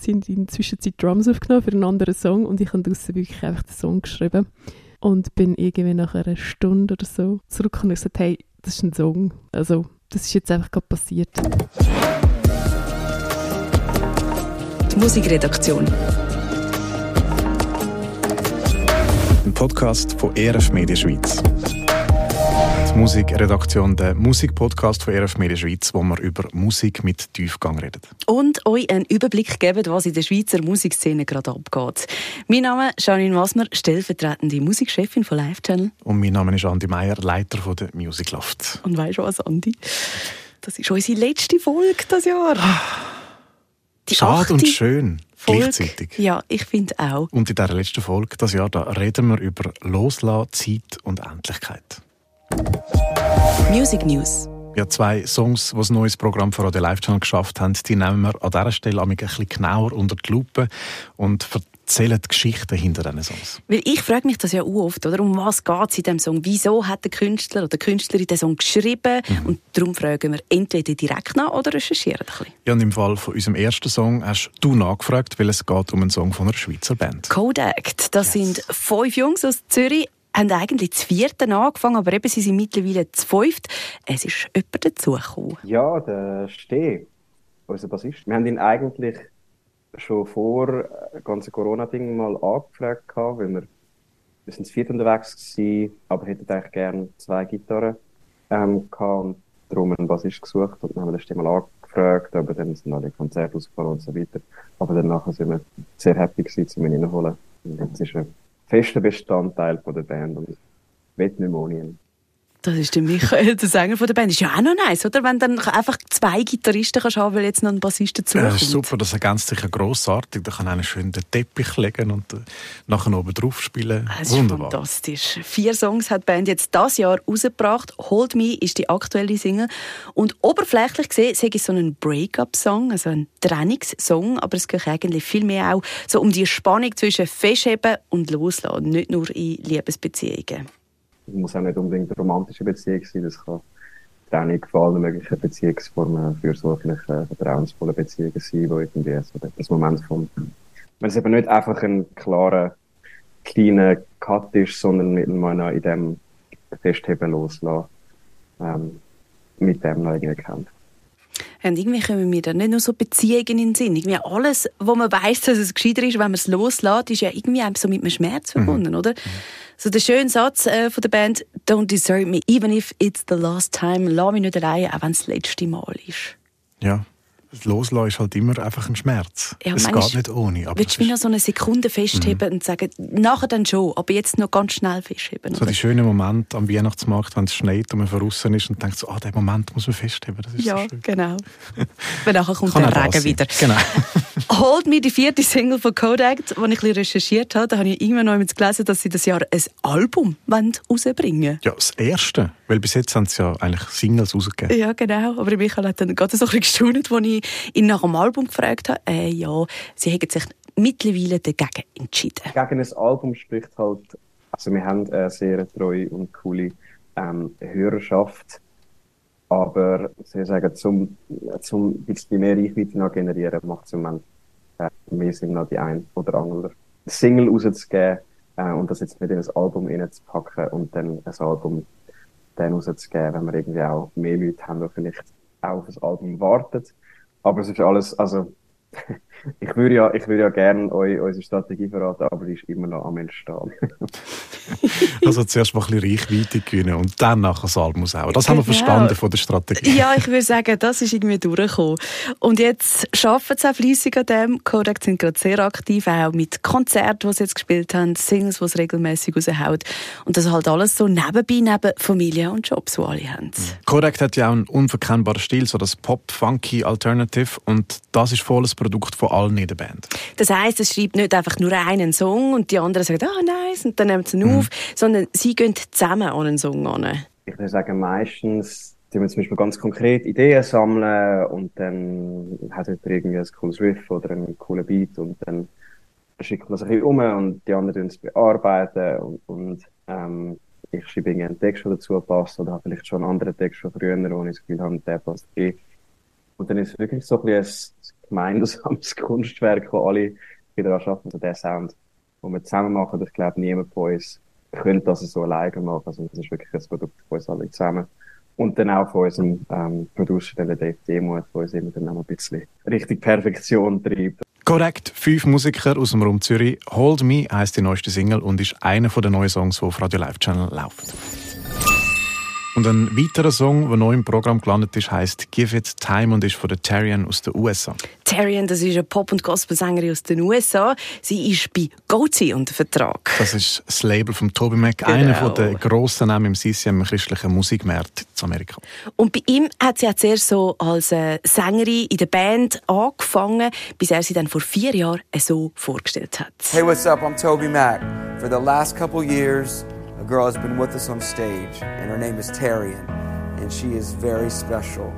in der Zwischenzeit Drums aufgenommen für einen anderen Song und ich habe draussen wirklich einfach den Song geschrieben und bin irgendwie nach einer Stunde oder so zurück und gesagt, hey, das ist ein Song. Also, das ist jetzt einfach gerade passiert. Die Musikredaktion. Ein Podcast von ERF Media Schweiz. Die Musikredaktion, der Musikpodcast von ERF Media Schweiz, wo wir über Musik mit Tiefgang reden. Und euch einen Überblick geben, was in der Schweizer Musikszene gerade abgeht. Mein Name ist Janine Wassmer, stellvertretende Musikchefin von Live Channel. Und mein Name ist Andi Meier, Leiter von der Music Loft. Und weisst du was, Andi? Das ist unsere letzte Folge dieses Jahr. Die Schade und schön, Folge. Gleichzeitig. Ja, ich finde auch. Und in dieser letzten Folge dieses Jahr, da reden wir über Loslassen, Zeit und Endlichkeit. Music News. Ja, 2 Songs, die ein neues Programm für den Live Channel geschafft haben, die nehmen wir an dieser Stelle ein bisschen genauer unter die Lupe und erzählen die Geschichten hinter diesen Songs. Weil ich frage mich das ja auch oft, oder? Um was geht es in diesem Song? Wieso hat der Künstler oder die Künstlerin den Song geschrieben? Und darum fragen wir entweder direkt nach oder recherchieren ein bisschen. Ja, und im Fall von unserem ersten Song hast du nachgefragt, weil es geht um einen Song von einer Schweizer Band. Kodak, das sind 5 Jungs aus Zürich, haben eigentlich zu 4. angefangen, aber eben, sie sind mittlerweile zu 5. Es ist jemand dazugekommen. Ja, der Steh, unser Bassist. Wir haben ihn eigentlich schon vor dem ganzen Corona-Ding mal angefragt, weil wir sind zu 4 unterwegs gewesen, aber hätten eigentlich gerne 2 Gitarren gehabt und darum einen Bassist gesucht und dann haben wir den Steh mal angefragt, aber dann sind alle Konzerte ausgefallen und so weiter. Aber danach sind wir sehr happy gewesen, ihn reinholen. Und jetzt ist er fester Bestandteil von der Band und will nicht mehr ohne ihn. Das ist der Michael, der Sänger von der Band. Ist ja auch noch nice, oder? Wenn du dann einfach 2 Gitarristen kannst haben, weil jetzt noch ein Bassist dazukommt. Das ist super, das ergänzt sich ja grossartig. Da kann einer schön den Teppich legen und nachher oben drauf spielen. Das ist wunderbar. Fantastisch. 4 Songs hat die Band jetzt dieses Jahr rausgebracht. «Hold Me» ist die aktuelle Single. Und oberflächlich gesehen sei es so ein Break-up-Song, also ein Trennungssong. Aber es geht eigentlich viel mehr auch so um die Spannung zwischen Festheben und Loslassen, nicht nur in Liebesbeziehungen. Es muss auch nicht unbedingt eine romantische Beziehung sein, das kann Trennung von allen möglichen Beziehungsformen, fürsorgliche, vertrauensvolle Beziehungen sein, wo irgendwie so das Moment von, wenn es eben nicht einfach ein klarer, kleiner Cut ist, sondern mit man in dem Festheben loslassen, mit dem noch irgendwie kennt. Und irgendwie kommen mir da nicht nur so Beziehungen in den Sinn. Irgendwie alles, wo man weiss, dass es gescheiter ist, wenn man es loslässt, ist ja irgendwie auch so mit einem Schmerz verbunden, oder? So der schöne Satz von der Band, «Don't desert me, even if it's the last time». Lass mich nicht allein, auch wenn es das letzte Mal ist. Ja, das Loslassen ist halt immer einfach ein Schmerz. Ja, es geht nicht ohne. Aber willst du mich noch so eine Sekunde festheben und sagen, nachher dann schon, aber jetzt noch ganz schnell festheben? So die schönen Momente am Weihnachtsmarkt, wenn es schneit und man draussen ist und denkt so, den Moment muss man festheben. Das ist ja, so schön. Genau. Weil nachher kommt Kann der auch Regen das sein. wieder. Genau. «Hold Me», die 4. Single von Kodak, die ich ein bisschen recherchiert habe, da habe ich irgendwann noch gelesen, dass sie das Jahr ein Album rausbringen wollen. Ja, das erste. Weil bis jetzt haben sie ja eigentlich Singles rausgegeben. Ja, genau. Aber Michael hat dann gerade so ein bisschen gestaunt, als ich ihn nach dem Album gefragt habe. Ja, sie haben sich mittlerweile dagegen entschieden. Gegen ein Album spricht halt, also wir haben eine sehr treue und coole Hörerschaft, aber soll ich sagen, zum ein bisschen mehr Reichweite noch generieren, macht es im Moment mehr Sinn, noch die ein oder andere Single rauszugeben und das jetzt nicht in ein Album reinzupacken und dann ein Album dann rauszugeben, wenn wir irgendwie auch mehr Leute haben, die vielleicht auch auf das Album warten. Aber es ist alles, also ich würde ja gerne euch unsere Strategie verraten, aber die ist immer noch am Entstehen. Also zuerst mal ein bisschen Reichweite gewinnen und dann nachher das Album auch. Das haben wir verstanden von der Strategie. Ja, ich würde sagen, das ist irgendwie durchgekommen. Und jetzt arbeiten sie auch fleissig an dem. Kodak sind gerade sehr aktiv, auch mit Konzerten, die sie jetzt gespielt haben, Singles, die sie regelmässig raushauen. Und das halt alles so nebenbei, neben Familie und Jobs, die alle haben. Kodak hat ja auch einen unverkennbaren Stil, so das Pop-Funky Alternative, und das ist volles Produkt von allen in der Band. Das heisst, es schreibt nicht einfach nur einen Song und die anderen sagen, nice, und dann nehmen sie ihn auf, sondern sie gehen zusammen an einen Song an. Ich würde sagen, meistens tun wir zum Beispiel ganz konkret Ideen sammeln und dann hat jemand irgendwie ein cooles Riff oder einen coolen Beat und dann schickt man es ein bisschen um und die anderen es bearbeiten und ich schreibe irgendwie einen Text, der dazu passt oder habe vielleicht schon einen anderen Text von früher, wo ich das Gefühl habe, der passt eh. Und dann ist es wirklich so ein bisschen gemeinsames Kunstwerk, wo alle wieder arbeiten. Also der Sound, den wir zusammen machen, ich glaube, niemand von uns könnte das so alleine machen. Also das ist wirklich ein Produkt von uns alle zusammen. Und dann auch von unserem Producer, der Dave Demuth, der uns immer dann auch ein bisschen Richtung Perfektion treibt. Korrekt, 5 Musiker aus dem Raum Zürich. «Hold Me» heisst die neueste Single und ist einer der neuen Songs, der auf Radio Live Channel läuft. Und ein weiterer Song, der neu im Programm gelandet ist, heisst «Give It Time» und ist von der Taryn aus den USA. Taryn, das ist eine Pop- und Gospelsängerin aus den USA. Sie ist bei Goatee unter Vertrag. Das ist das Label von Toby Mac, genau. Einer der grossen Namen im CCM, im christlichen Musikmarkt in Amerika. Und bei ihm hat sie ja zuerst so als Sängerin in der Band angefangen, bis er sie dann vor 4 Jahren so vorgestellt hat. Hey, what's up? I'm Toby Mac. For the last couple years, a girl has been with us on stage, and her name is Taryn, and she is very special.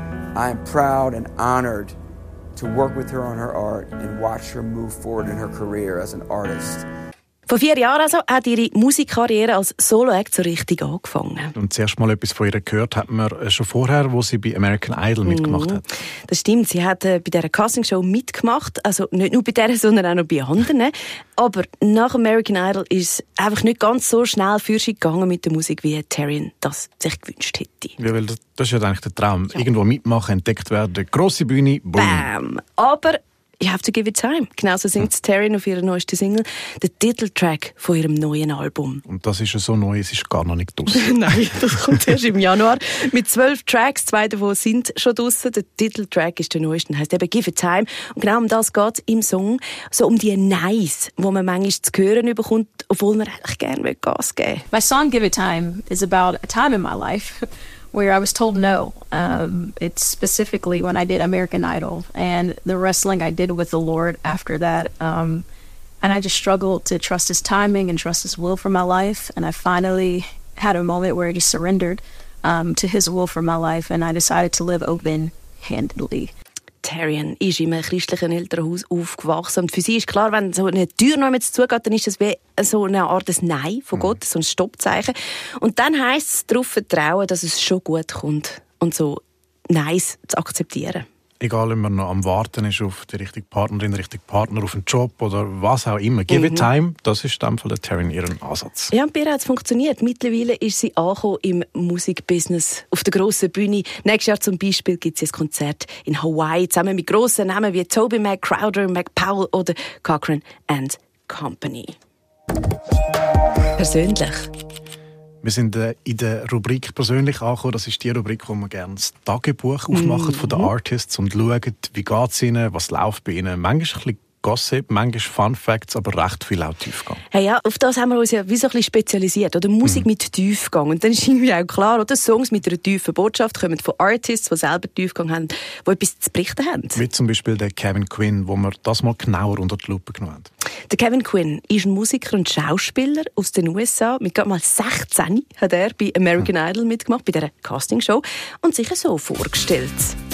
I am proud and honored to work with her on her art and watch her move forward in her career as an artist. Vor 4 Jahren also hat ihre Musikkarriere als Solo-Act so richtig angefangen. Und zuerst mal etwas von ihr gehört hat man schon vorher, wo sie bei American Idol mitgemacht hat. Das stimmt, sie hat bei dieser Castingshow mitgemacht, also nicht nur bei dieser, sondern auch noch bei anderen. Aber nach American Idol ist es einfach nicht ganz so schnell für sie gegangen mit der Musik, wie Taryn das sich gewünscht hätte. Ja, weil das ist ja eigentlich der Traum. Ja. Irgendwo mitmachen, entdeckt werden, grosse Bühne, boom. Bam! Aber You Have to Give It Time. Genauso singt Taryn auf ihrer neuesten Single, der Titeltrack von ihrem neuen Album. Und das ist ja so neu, es ist gar noch nicht draussen. Nein, das kommt erst im Januar. Mit 12 Tracks, 2 davon sind schon draussen. Der Titeltrack ist der neueste, heisst eben Give It Time. Und genau um das geht es im Song. So um die Neins, die man manchmal zu hören bekommt, obwohl man eigentlich gerne Gas geben will. My song Give It Time is about a time in my life where I was told no. It's specifically when I did American Idol and the wrestling I did with the Lord after that. And I just struggled to trust His timing and trust His will for my life. And I finally had a moment where I just surrendered to His will for my life, and I decided to live open-handedly. Taryn ist in einem christlichen Elternhaus aufgewachsen. Und für sie ist klar, wenn so eine Tür noch mit zugeht, dann ist das wie so eine Art des Nein von Gott, so ein Stoppzeichen. Und dann heisst es darauf vertrauen, dass es schon gut kommt. Und so Neins zu akzeptieren. Egal, ob man noch am Warten ist auf die richtige Partnerin, den richtigen Partner, auf einen Job oder was auch immer. Give it time, das ist in dem Fall der Taryn ihren Ansatz. Ja, und bei ihr hat es funktioniert. Mittlerweile ist sie angekommen im Musikbusiness auf der grossen Bühne. Nächstes Jahr zum Beispiel gibt es ein Konzert in Hawaii, zusammen mit grossen Namen wie Toby Mac, Crowder, McPowell oder Cochran and Company. Persönlich. Wir sind in der Rubrik «Persönlich» angekommen. Das ist die Rubrik, wo wir gerne das Tagebuch aufmachen von den Artists und schauen, wie geht es ihnen, was läuft bei ihnen. Manchmal ein bisschen Gossip, manchmal Fun Facts, aber recht viel auch Tiefgang. Hey, ja, auf das haben wir uns ja wie so ein bisschen spezialisiert. Oder Musik mit Tiefgang. Und dann ist irgendwie auch klar, oder Songs mit einer tiefen Botschaft kommen von Artists, die selber Tiefgang haben, die etwas zu berichten haben. Wie zum Beispiel der Kevin Quinn, wo wir das mal genauer unter die Lupe genommen haben. Der Kevin Quinn ist ein Musiker und Schauspieler aus den USA. Mit gerade mal 16 hat er bei American Idol mitgemacht, bei dieser Castingshow, und sich so vorgestellt.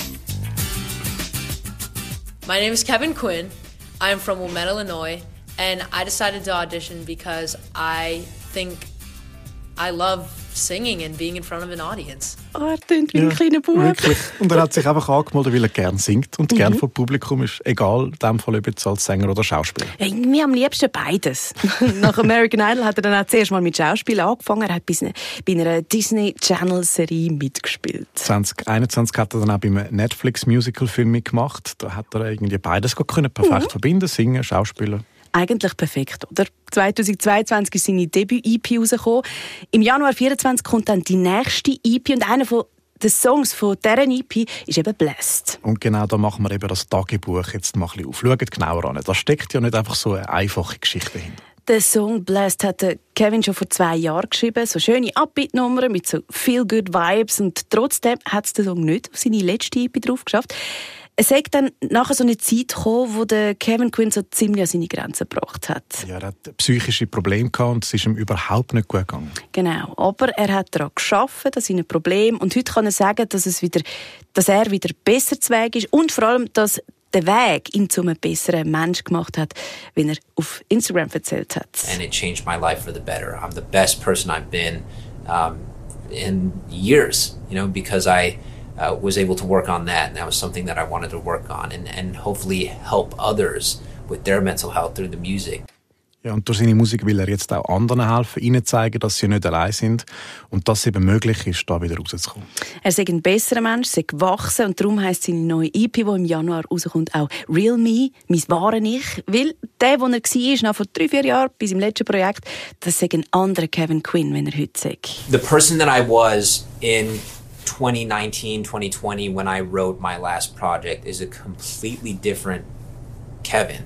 My name is Kevin Quinn. I'm from Wilmette, Illinois, and I decided to audition because I think I love singing and being in front of an audience. Oh, er klingt wie ein kleiner Bub. Wirklich. Und er hat sich einfach angemeldet, weil er gerne singt und gerne vom Publikum ist, egal in dem Fall ob jetzt als Sänger oder Schauspieler. Ja, irgendwie am liebsten beides. Nach American Idol hat er dann auch zuerst mal mit Schauspiel angefangen. Er hat bei einer Disney Channel Serie mitgespielt. 2021 hat er dann auch bei einem Netflix Musical-Film mitgemacht. Da hat er irgendwie beides perfekt verbinden, singen, Schauspieler. Eigentlich perfekt, oder? 2022 ist seine Debüt-EP rausgekommen. Im Januar 2024 kommt dann die nächste EP und einer der Songs von dieser EP ist eben «Blessed». Und genau da machen wir eben das Tagebuch jetzt mal ein bisschen auf. Schaut genauer an. Da steckt ja nicht einfach so eine einfache Geschichte hinter. Der Song «Blessed» hat Kevin schon vor 2 Jahren geschrieben. So schöne Upbeat-Nummern mit so feel-good-Vibes. Und trotzdem hat es der Song nicht auf seine letzte EP drauf geschafft. Es ist dann nachher so eine Zeit gekommen, wo der Kevin Quinn so ziemlich an seine Grenzen gebracht hat. Ja, er hat psychische Probleme gehabt und es ist ihm überhaupt nicht gut gegangen. Genau, aber er hat daran gearbeitet, an seinen Problemen. Und heute kann er sagen, dass er wieder besser zu Weg ist und vor allem, dass der Weg ihn zu einem besseren Mensch gemacht hat, wie er auf Instagram erzählt hat. And it changed my life for the better. I'm the best person I've been in years, because was able to work on that, and that was something that I wanted to work on, and hopefully help others with their mental health through the music. Ja, und durch seine Musik will er jetzt auch anderen helfen, ihnen zeigen, dass sie nicht allein sind und dass es eben möglich ist, da wieder rauszukommen. Er sei ein besserer Mensch, sei gewachsen und darum heisst seine neue EP, die im Januar rauskommt, auch «Real Me», «Mein wahre Ich», weil der, wo er war, noch vor 3-4 Jahren, bei seinem letzten Projekt, das sei ein anderer Kevin Quinn, wenn er heute sagt. The person that I was in 2019, 2020, when I wrote my last project, is a completely different Kevin.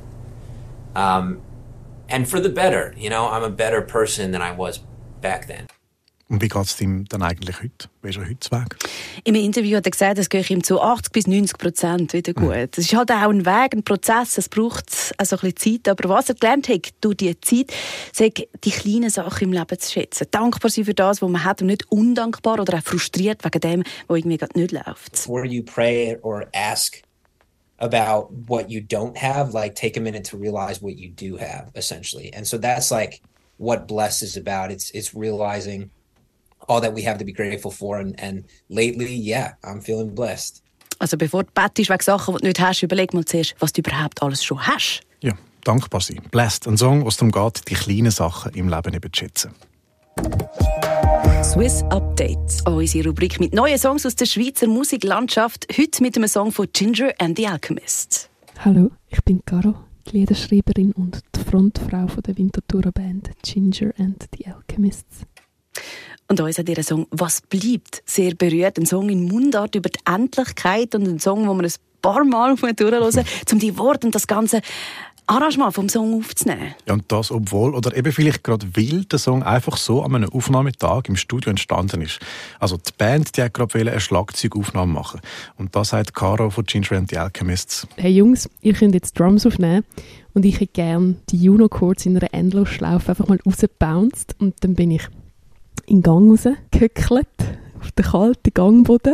And for the better, you know, I'm a better person than I was back then. Und wie geht es ihm dann eigentlich heute? Wie ist er heute zu Weg? Im Interview hat er gesagt, es geht ihm zu 80-90% wieder gut. Es ist halt auch ein Weg, ein Prozess, es braucht also ein bisschen Zeit. Aber was er gelernt hat durch diese Zeit, sei die kleinen Sachen im Leben zu schätzen. Dankbar sein für das, was man hat und nicht undankbar oder auch frustriert wegen dem, was irgendwie gerade nicht läuft. Before you pray or ask about what you don't have, like take a minute to realize what you do have, essentially. And so that's like what blessed is about. It's realizing all that we have to be grateful for. And lately, yeah, I'm feeling blessed. Also bevor du bettest wegen Sachen, die du nicht hast, überleg mal zuerst, was du überhaupt alles schon hast. Ja, dankbar sein. Blessed, ein Song, was darum geht, die kleinen Sachen im Leben eben zu schätzen. Swiss Update. Unsere Rubrik mit neuen Songs aus der Schweizer Musiklandschaft. Heute mit einem Song von Ginger and the Alchemists. Hallo, ich bin Caro, die Liederschreiberin und die Frontfrau von der Winterthur-Band Ginger and the Alchemists. Und uns hat ihr Song «Was bleibt» sehr berührt. Ein Song in Mundart über die Endlichkeit und ein Song, wo man ein paar Mal durchhören muss, um die Worte und das ganze Arrangement vom Song aufzunehmen. Ja, und das, obwohl, oder eben vielleicht gerade weil der Song einfach so an einem Aufnahmetag im Studio entstanden ist. Also die Band, die hat gerade eine Schlagzeugaufnahme machen. Und da sagt Caro von Ginger and the Alchemists: Hey Jungs, ihr könnt jetzt Drums aufnehmen und ich hätte gerne die Juno-Chords in einer Endlosschlaufe einfach mal rausgebounced und dann bin ich in den Gang rausgehöckelt, auf den kalten Gangboden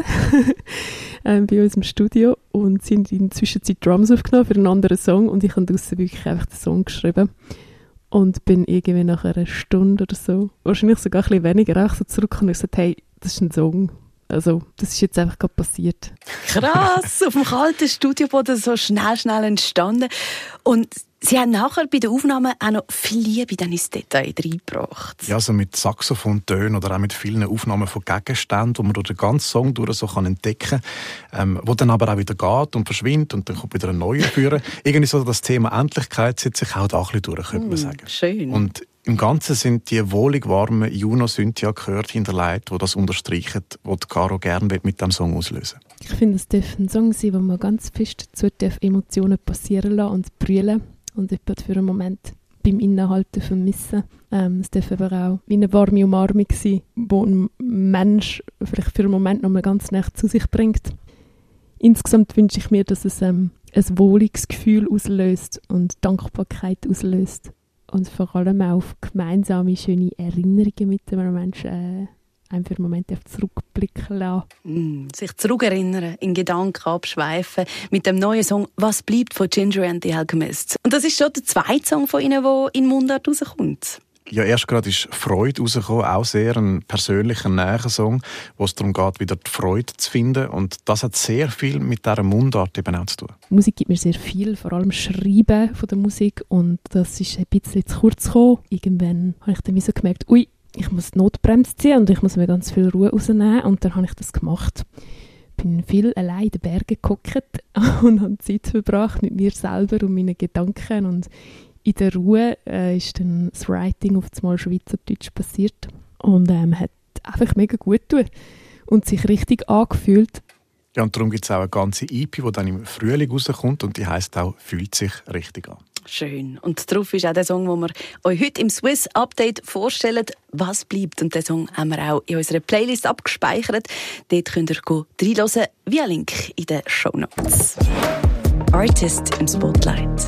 bei uns im Studio und sind in der Zwischenzeit Drums aufgenommen für einen anderen Song und ich habe draussen wirklich einfach den Song geschrieben und bin irgendwie nach einer Stunde oder so, wahrscheinlich sogar ein bisschen weniger, auch so zurück und gesagt, hey, das ist ein Song. Also, das ist jetzt einfach gerade passiert. Krass, auf dem kalten Studioboden so schnell entstanden. Und Sie haben nachher bei den Aufnahmen auch noch viel Liebe dann ins Detail reingebracht. Ja, so mit Saxophontönen oder auch mit vielen Aufnahmen von Gegenständen, die man durch den ganzen Song durch so entdecken kann, wo dann aber auch wieder geht und verschwindet und dann kommt wieder ein neuer führen. Irgendwie so das Thema Endlichkeit setzt sich auch da ein bisschen durch, könnte man sagen. Schön. Und im Ganzen sind die wohlig warmen Juno-Synthia gehört hinterlegt, die das unterstreichen, was Caro gerne mit diesem Song auslösen. Ich finde, es darf ein Song sein, wo man ganz fest dazu Emotionen passieren lassen und brüllen und etwas für einen Moment beim Innehalten vermissen. Es darf aber auch wie eine warme Umarmung sein, wo ein Mensch vielleicht für einen Moment noch mal ganz nah zu sich bringt. Insgesamt wünsche ich mir, dass es ein wohliges Gefühl auslöst und Dankbarkeit auslöst. Und vor allem auch auf gemeinsame, schöne Erinnerungen mit einem Menschen einen für einen Moment zurückblicken lassen. Sich zurückerinnern, in Gedanken abschweifen mit dem neuen Song «Was bleibt» von Ginger and the Alchemists. Und das ist schon der zweite Song von ihnen, der in Mundart rauskommt. Ja, erst gerade ist «Freude» rausgekommen, auch sehr ein persönlicher, näher Song, wo es darum geht, wieder die Freude zu finden. Und das hat sehr viel mit dieser Mundart eben auch zu tun. Musik gibt mir sehr viel, vor allem Schreiben von der Musik. Und das ist ein bisschen zu kurz gekommen. Irgendwann habe ich dann so gemerkt, ui, ich muss die Notbremse ziehen und ich muss mir ganz viel Ruhe rausnehmen. Und dann habe ich das gemacht. Ich bin viel allein in den Bergen gehockt und habe Zeit verbracht mit mir selber und meinen Gedanken. Und in der Ruhe ist dann das Writing auf einmal Schweizerdeutsch passiert. Und hat einfach mega gut getan und sich richtig angefühlt. Ja, und darum gibt es auch eine ganze EP, die dann im Frühling rauskommt und die heisst auch «Fühlt sich richtig an». Schön. Und darauf ist auch der Song, den wir euch heute im Swiss Update vorstellen. «Was bleibt?» Und den Song haben wir auch in unserer Playlist abgespeichert. Dort könnt ihr reinhören via Link in den Shownotes. Artist im Spotlight.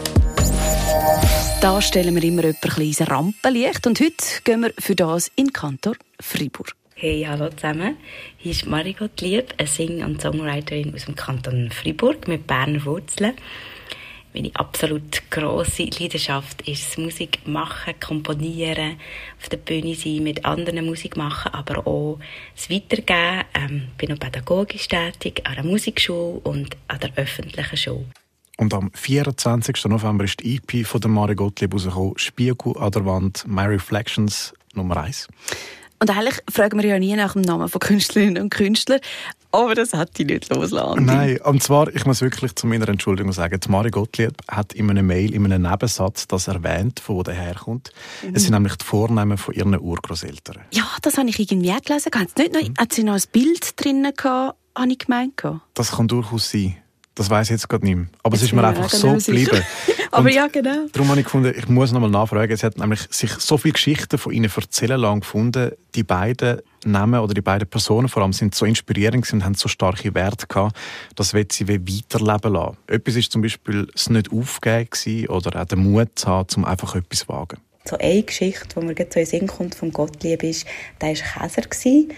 Da stellen wir immer jemanden ins Rampenlicht. Und heute gehen wir für das in Kantor Freiburg. Hey, hallo zusammen. Hier ist Marie Gottlieb, eine Sing- und Songwriterin aus dem Kanton Freiburg mit Berner Wurzeln. Meine absolut grosse Leidenschaft ist das Musik machen, komponieren, auf der Bühne sein, mit anderen Musik machen, aber auch das Weitergeben. Ich bin auch pädagogisch tätig, an der Musikschule und an der öffentlichen Schule. Und am 24. November ist die EP von der Mari Gottlieb rausgekommen, «Spiegel an der Wand», «My Reflections» Nummer 1. Und eigentlich fragen wir ja nie nach dem Namen von Künstlerinnen und Künstlern, aber das hat die nicht loslassen. Nein, und zwar, ich muss wirklich zu meiner Entschuldigung sagen, die Mari Gottlieb hat in einem Mail, in einem Nebensatz das erwähnt, von wo der herkommt. Es sind nämlich die Vornamen von ihren Urgroßeltern. Ja, das habe ich irgendwie auch gelesen. Hat sie noch ein Bild drin gehabt, habe ich gemeint? Das kann durchaus sein. Das weiss ich jetzt gerade nicht mehr. Aber es ist mir einfach so geblieben. Aber ja, genau. Darum habe ich gefunden, ich muss noch mal nachfragen. Es hat nämlich sich so viele Geschichten von ihnen erzählen lassen gefunden. Die beiden Namen oder die beiden Personen vor allem sind so inspirierend und haben so starke Werte gehabt, dass sie weiterleben lassen. Etwas war zum Beispiel das nicht aufgeben oder auch den Mut zu haben, um einfach etwas zu wagen. So eine Geschichte, die mir so in den Sinn kommt vom Gottlieb ist, der war Käser.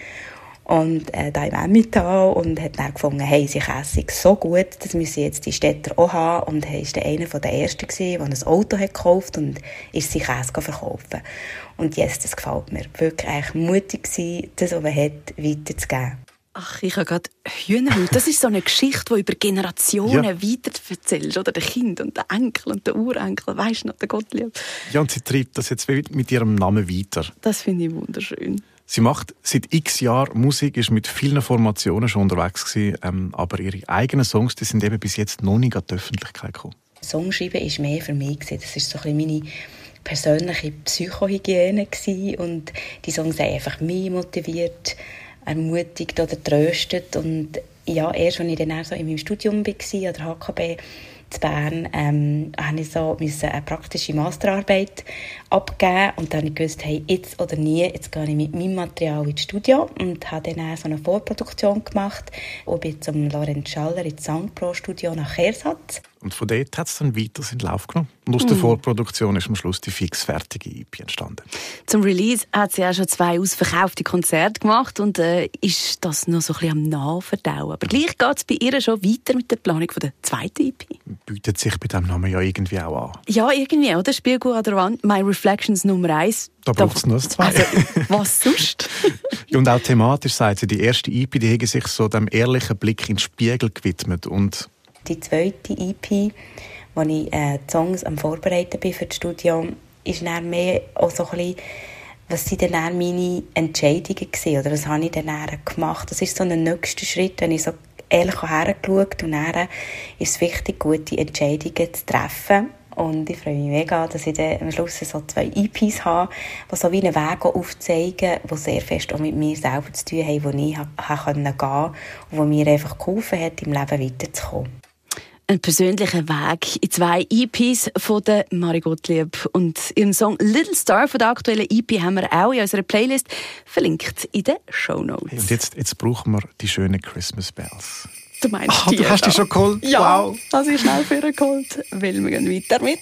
Und da im Emmental und hat dann gefunden, hey, sie Käse so gut, das müssen jetzt die Städter auch haben. Und er war einer der Ersten, der ein Auto hat gekauft und ist sein Käse verkaufen. Und jetzt, das gefällt mir. Wirklich eigentlich mutig gewesen, das, was man hat, weiterzugeben. Ach, ich habe gerade Hühnerhaut. Das ist so eine Geschichte, die über Generationen weiter erzählst, oder? Der Kind und der Enkel und der Urenkel, weisst du noch, der Gottlieb. Ja, und sie treibt das jetzt mit ihrem Namen weiter. Das finde ich wunderschön. Sie macht seit x Jahren Musik, ist mit vielen Formationen schon unterwegs gewesen, aber ihre eigenen Songs, die sind eben bis jetzt noch nicht an die Öffentlichkeit gekommen. Songschreiben war mehr für mich. Das war so ein bisschen meine persönliche Psychohygiene und die Songs haben einfach mich motiviert, ermutigt oder tröstet. Und ja, erst als ich dann so in meinem Studium war, an der HKB in Bern, musste ich eine praktische Masterarbeit abgeben und dann gewusst, hey, jetzt oder nie, jetzt gehe ich mit meinem Material ins Studio und habe dann so eine Vorproduktion gemacht und bin zum Lorenz Schaller ins Soundpro-Studio nach Kehrsatz. Und von dort hat es dann weiter in Lauf genommen. Und aus der Vorproduktion ist am Schluss die fix fertige EP entstanden. Zum Release hat sie ja schon 2 ausverkaufte Konzerte gemacht und ist das noch so ein bisschen am Nachverdauen. Aber gleich geht es bei ihr schon weiter mit der Planung von der zweiten EP. Bietet sich bei diesem Namen ja irgendwie auch an. Ja, irgendwie, oder? Spiegel an der Wand, «My Reflections» Nummer 1. Da braucht es nur 2. Also, was sonst? Und auch thematisch sagt sie, die erste EP, die hätte sich so dem ehrlichen Blick in den Spiegel gewidmet. Und die zweite EP, wo ich die Songs am Vorbereiten bin für das Studium, ist dann mehr auch so ein bisschen, was sind denn dann meine Entscheidungen gewesen, oder was habe ich dann gemacht. Das ist so ein nächster Schritt, wenn ich so ehrlich hergeschaut und dann ist es wichtig, gute Entscheidungen zu treffen. Und ich freue mich mega, dass ich dann am Schluss so 2 EPs habe, die so wie einen Weg aufzeigen, die sehr fest auch mit mir selber zu tun haben, wo ich gehen konnte und wo mir einfach geholfen hat, im Leben weiterzukommen. Ein persönlicher Weg in 2 EPs von der Mari Gottlieb. Und ihren Song «Little Star» von der aktuellen EP haben wir auch in unserer Playlist verlinkt in den Shownotes. Hey, und jetzt brauchen wir die schönen Christmas Bells. Du meinst die? Du hast die schon geholt? Ja, wow. Also ich schnell für ihn geholt, weil wir gehen weiter mit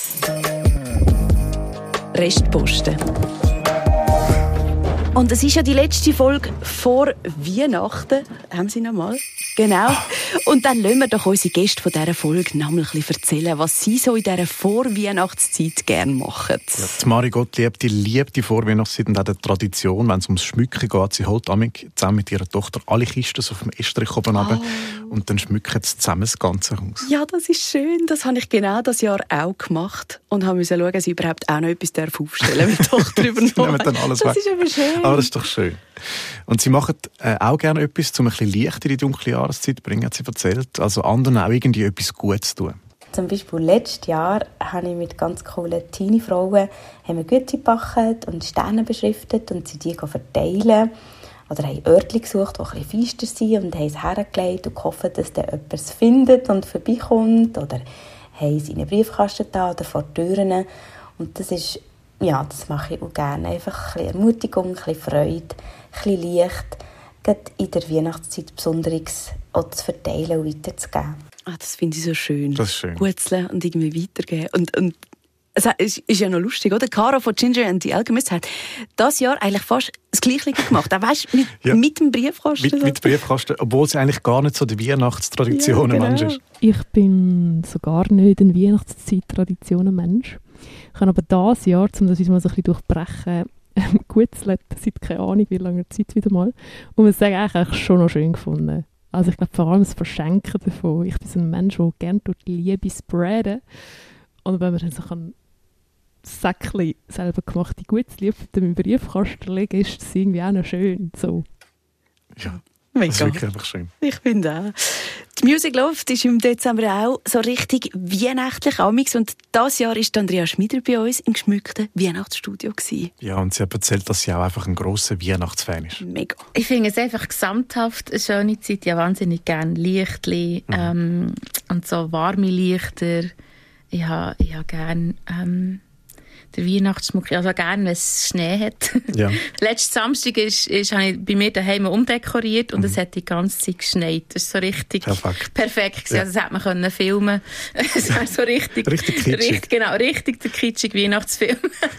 Restposten. Und es ist ja die letzte Folge vor Weihnachten. Haben Sie noch mal? Genau. Und dann lassen wir doch unsere Gäste von dieser Folge noch mal ein bisschen erzählen, was sie so in dieser Vorweihnachtszeit gerne machen. Ja, die Mari Gottlieb, die liebt die Vorweihnachtszeit und auch die Tradition, wenn es ums Schmücken geht. Sie holt zusammen mit ihrer Tochter alle Kisten auf dem Estrich oben runter und dann schmücken sie zusammen das ganze Haus. Ja, das ist schön. Das habe ich genau das Jahr auch gemacht und habe schauen, dass ich überhaupt auch noch etwas aufstellen darf, mit Tochter übernommen. Das ist aber schön. Aber das ist doch schön. Und sie machen auch gerne etwas, um ein bisschen Licht in die dunkle Jahreszeit zu bringen, hat sie erzählt. Also anderen auch irgendwie etwas Gutes zu tun. Zum Beispiel letztes Jahr habe ich mit ganz coolen Teenie-Frauen Güte gebacken und Sterne beschriftet und sie die verteilen. Oder haben Örtchen gesucht, die ein bisschen feister sind und haben es hergelegt und gehofft, dass dann jemand es findet und vorbeikommt. Oder haben es in einen Briefkasten da oder vor die Türen. Und das ist, ja, das mache ich auch gerne. Einfach ein bisschen Ermutigung, ein bisschen Freude, ein bisschen Licht. Gerade in der Weihnachtszeit Besonderes auch zu verteilen und weiterzugeben. Das finde ich so schön. Das ist schön. Gutzeln und irgendwie weitergeben. Und es ist ja noch lustig, oder? Caro von Ginger and the Alchemist hat das Jahr eigentlich fast ein das Gleiche gemacht. Auch weißt, mit dem Briefkasten. Mit Briefkasten, obwohl sie eigentlich gar nicht so die Weihnachtstraditionen-Mensch ist. Ich bin so gar nicht ein Weihnachtszeit-Traditionen-Mensch. Ich habe aber dieses Jahr, um das uns mal so ein bisschen durchbrechen, gegutzelt, seit keine Ahnung wie langer Zeit wieder mal. Und muss sagen, eigentlich schon noch schön gefunden. Also ich glaube vor allem das Verschenken davon. Ich bin so ein Mensch, der gerne durch die Liebe spreaden. Und wenn man dann so ein Säckchen selber gemachte Gutzliebe im Briefkasten legen, ist das irgendwie auch noch schön. So. Ja, Mega. das ist wirklich einfach schön. Ich finde auch. Die Music Loft ist im Dezember auch so richtig weihnachtlich amix. Und dieses Jahr war Andrea Schmieder bei uns im geschmückten Weihnachtsstudio gewesen. Ja, und sie hat erzählt, dass sie auch einfach ein grosser Weihnachtsfan ist. Mega. Ich finde es einfach gesamthaft eine schöne Zeit. Ja, wahnsinnig gerne Lichtli und so warme Lichter. Ich habe gerne den Weihnachtsschmuck. Also gerne, wenn es Schnee hat. Ja. Letzten Samstag habe ich bei mir daheim umdekoriert und es hat die ganze Zeit geschneit. Das ist so richtig perfekt gewesen. Ja. Also das hätte man können filmen. Es war so richtig kitschig. Genau, richtig der kitschige Weihnachtsfilm.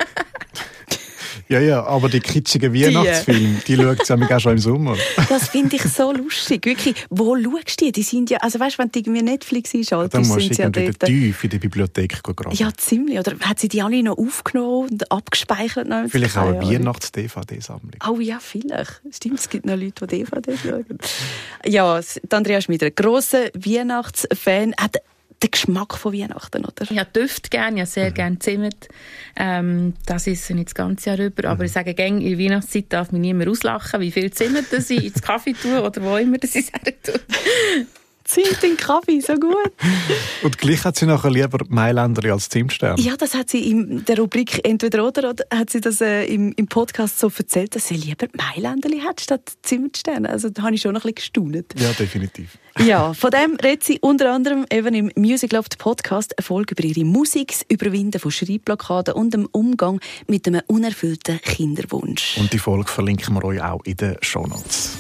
Ja, aber die kitschigen Weihnachtsfilme, die schaut sie auch schon im Sommer. Das finde ich so lustig. Wirklich, wo schaust du die? Die sind ja, also weißt du, wenn du irgendwie Netflix einschaltest, dann musst sind sie ja dort. Tief in der Bibliothek graben. Ja, ziemlich. Oder hat sie die alle noch aufgenommen und abgespeichert? Noch vielleicht auch eine Weihnachts-DVD-Sammlung. Oh ja, vielleicht. Stimmt, es gibt noch Leute, die DVDs schauen. Ja, Andrea Schmieder, grosser Weihnachtsfan, hat den Geschmack von Weihnachten, oder? Ja, Düfte gerne, ja, sehr gerne Zimt. Das ist nicht das ganze Jahr über. Aber ich sage, in der Weihnachtszeit darf mich niemand auslachen, wie viel Zimt das ich ins Kaffee tue oder wo immer das ich tue. Zimt in Kaffee, so gut. Und gleich hat sie nachher lieber Mailänderli als Zimtstern. Ja, das hat sie in der Rubrik «Entweder oder» hat sie das im Podcast so erzählt, dass sie lieber Mailänderli hat statt Zimtstern. Also da habe ich schon noch ein bisschen gestaunt. Ja, definitiv. Ja, von dem redet sie unter anderem eben im Music Loft Podcast eine Folge über ihre Musik, das Überwinden von Schreibblockaden und dem Umgang mit einem unerfüllten Kinderwunsch. Und die Folge verlinken wir euch auch in den Shownotes.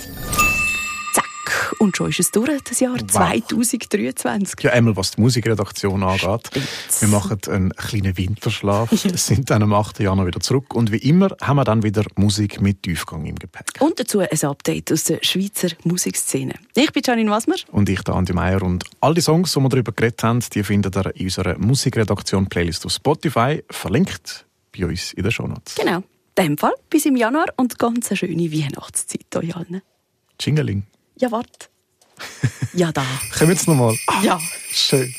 Und schon ist es durch, das Jahr 2023. Ja, einmal was die Musikredaktion angeht. Wir machen einen kleinen Winterschlaf, sind dann am 8. Januar wieder zurück und wie immer haben wir dann wieder Musik mit Tiefgang im Gepäck. Und dazu ein Update aus der Schweizer Musikszene. Ich bin Janine Wasmer. Und ich, der Andi Meier. Und all die Songs, die wir darüber geredet haben, die findet ihr in unserer Musikredaktion-Playlist auf Spotify, verlinkt bei uns in den Shownotes. Genau. In dem Fall bis im Januar und ganz eine schöne Weihnachtszeit euch allen. Tschingeling. Ja, warte. Ja, da. Kommen wir jetzt nochmal. Ja. Schön.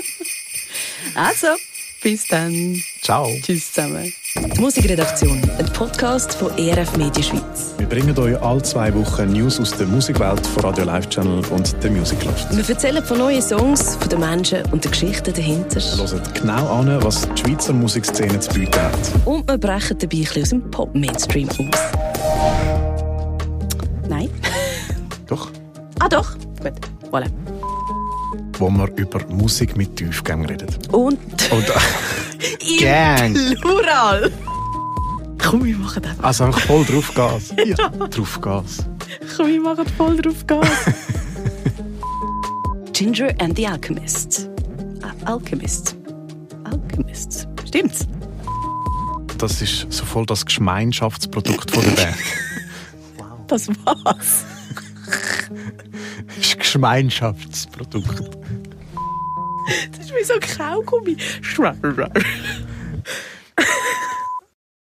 Also, bis dann. Ciao. Tschüss zusammen. Die Musikredaktion, ein Podcast von ERF Media Schweiz. Wir bringen euch alle 2 Wochen News aus der Musikwelt von Radio Live Channel und der Music Loft. Wir erzählen von neuen Songs, von den Menschen und den Geschichten dahinter. Hört genau an, was die Schweizer Musikszene zu bieten hat. Und wir brechen dabei ein bisschen aus dem Pop-Mainstream aus. Nein. Doch. Ah doch, gut, voilà. Wo wir über Musik mit Tiefgang reden. Und Gang. Plural. Komm, wir machen das. Also einfach voll drauf Gas. Ja, drauf Gas. Komm, wir machen voll drauf Gas. Ginger and the Alchemist. Alchemists. Stimmt's? Das ist so voll das Gemeinschaftsprodukt von der Band. Wow. Das war's. Das ist ein Gemeinschaftsprodukt. Das ist wie so ein Kaugummi.